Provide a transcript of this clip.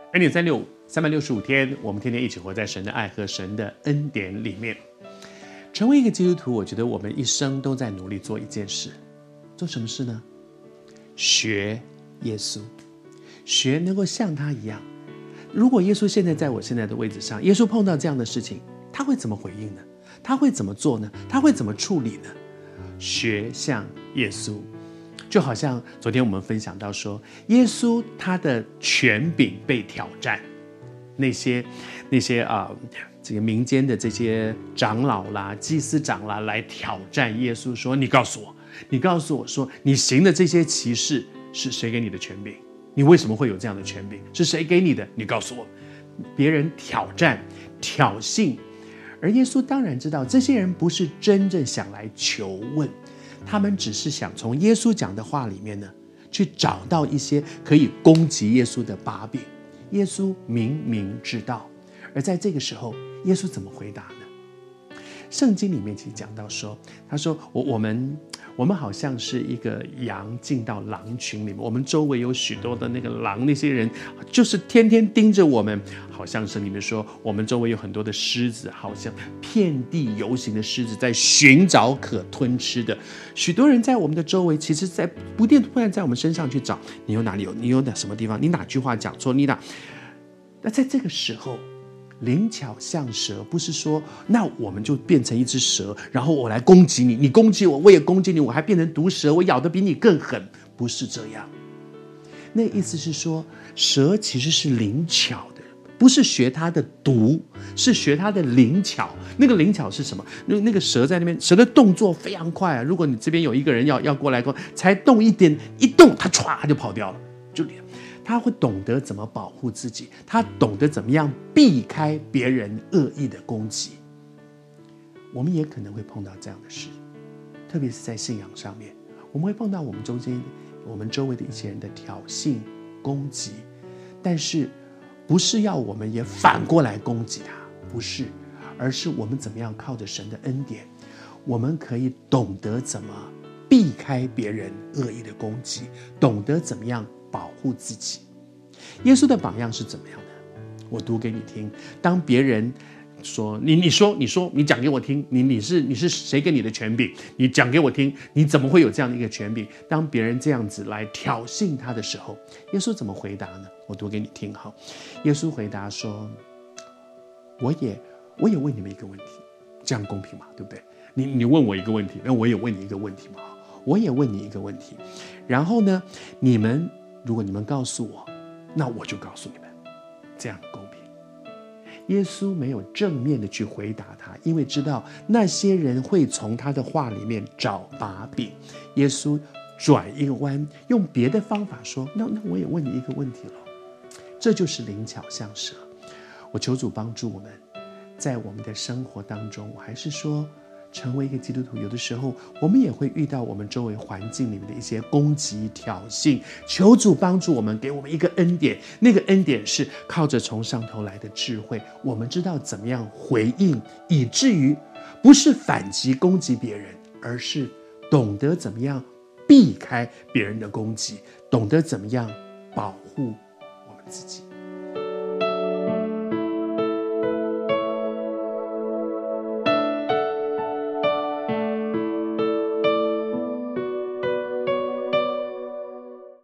恩典365 365天，我们天天一起活在神的爱和神的恩典里面。成为一个基督徒，我觉得我们一生都在努力做一件事。做什么事呢？学耶稣，学能够像他一样。如果耶稣现在在我现在的位置上，耶稣碰到这样的事情，他会怎么回应呢？他会怎么做呢？他会怎么处理呢？学像耶稣，就好像昨天我们分享到说，耶稣他的权柄被挑战，那些这个民间的这些长老啦、祭司长啦来挑战耶稣，说：“你告诉我说，你行的这些奇事是谁给你的权柄？你为什么会有这样的权柄？是谁给你的？你告诉我。”别人挑战、挑衅，而耶稣当然知道这些人不是真正想来求问，他们只是想从耶稣讲的话里面呢，去找到一些可以攻击耶稣的把柄。耶稣明明知道，而在这个时候，耶稣怎么回答呢？圣经里面其实讲到说，他说我们好像是一个羊进到狼群里面，我们周围有许多的那个狼，那些人就是天天盯着我们，好像是里面说我们周围有很多的狮子，好像遍地游行的狮子在寻找可吞吃的。许多人在我们的周围，其实在不断在我们身上去找，你有哪里有，你有什么地方，你哪句话讲错，那在这个时候，灵巧像蛇，不是说那我们就变成一只蛇，然后我来攻击你，你攻击我，我也攻击你，我还变成毒蛇，我咬得比你更狠，不是这样。那意思是说，蛇其实是灵巧的，不是学它的毒，是学它的灵巧。那个灵巧是什么？那个蛇在那边，蛇的动作非常快啊！如果你这边有一个人要过来，才动一点，一动它歘就跑掉了，他会懂得怎么保护自己，他懂得怎么样避开别人恶意的攻击。我们也可能会碰到这样的事，特别是在信仰上面，我们会碰到我们周围的一些人的挑衅、攻击，但是不是要我们也反过来攻击他，不是，而是我们怎么样靠着神的恩典，我们可以懂得怎么避开别人恶意的攻击，懂得怎么样保护自己。耶稣的榜样是怎么样的？我读给你听。当别人说你说你讲给我听，你是谁给你的权柄？你讲给我听，你怎么会有这样的一个权柄？当别人这样子来挑衅他的时候，耶稣怎么回答呢？我读给你听哈。耶稣回答说：“我也问你们一个问题，这样公平吗？对不对？你问我一个问题，那我也问你一个问题嘛。我也问你一个问题，然后呢，如果你们告诉我，那我就告诉你们，这样公平。”耶稣没有正面的去回答他，因为知道那些人会从他的话里面找把柄。耶稣转一个弯，用别的方法说：“那我也问你一个问题了。”这就是灵巧像蛇。我求主帮助我们，在我们的生活当中，我还是说，成为一个基督徒，有的时候我们也会遇到我们周围环境里面的一些攻击、挑衅。求主帮助我们，给我们一个恩典，那个恩典是靠着从上头来的智慧，我们知道怎么样回应，以至于不是反击攻击别人，而是懂得怎么样避开别人的攻击，懂得怎么样保护我们自己。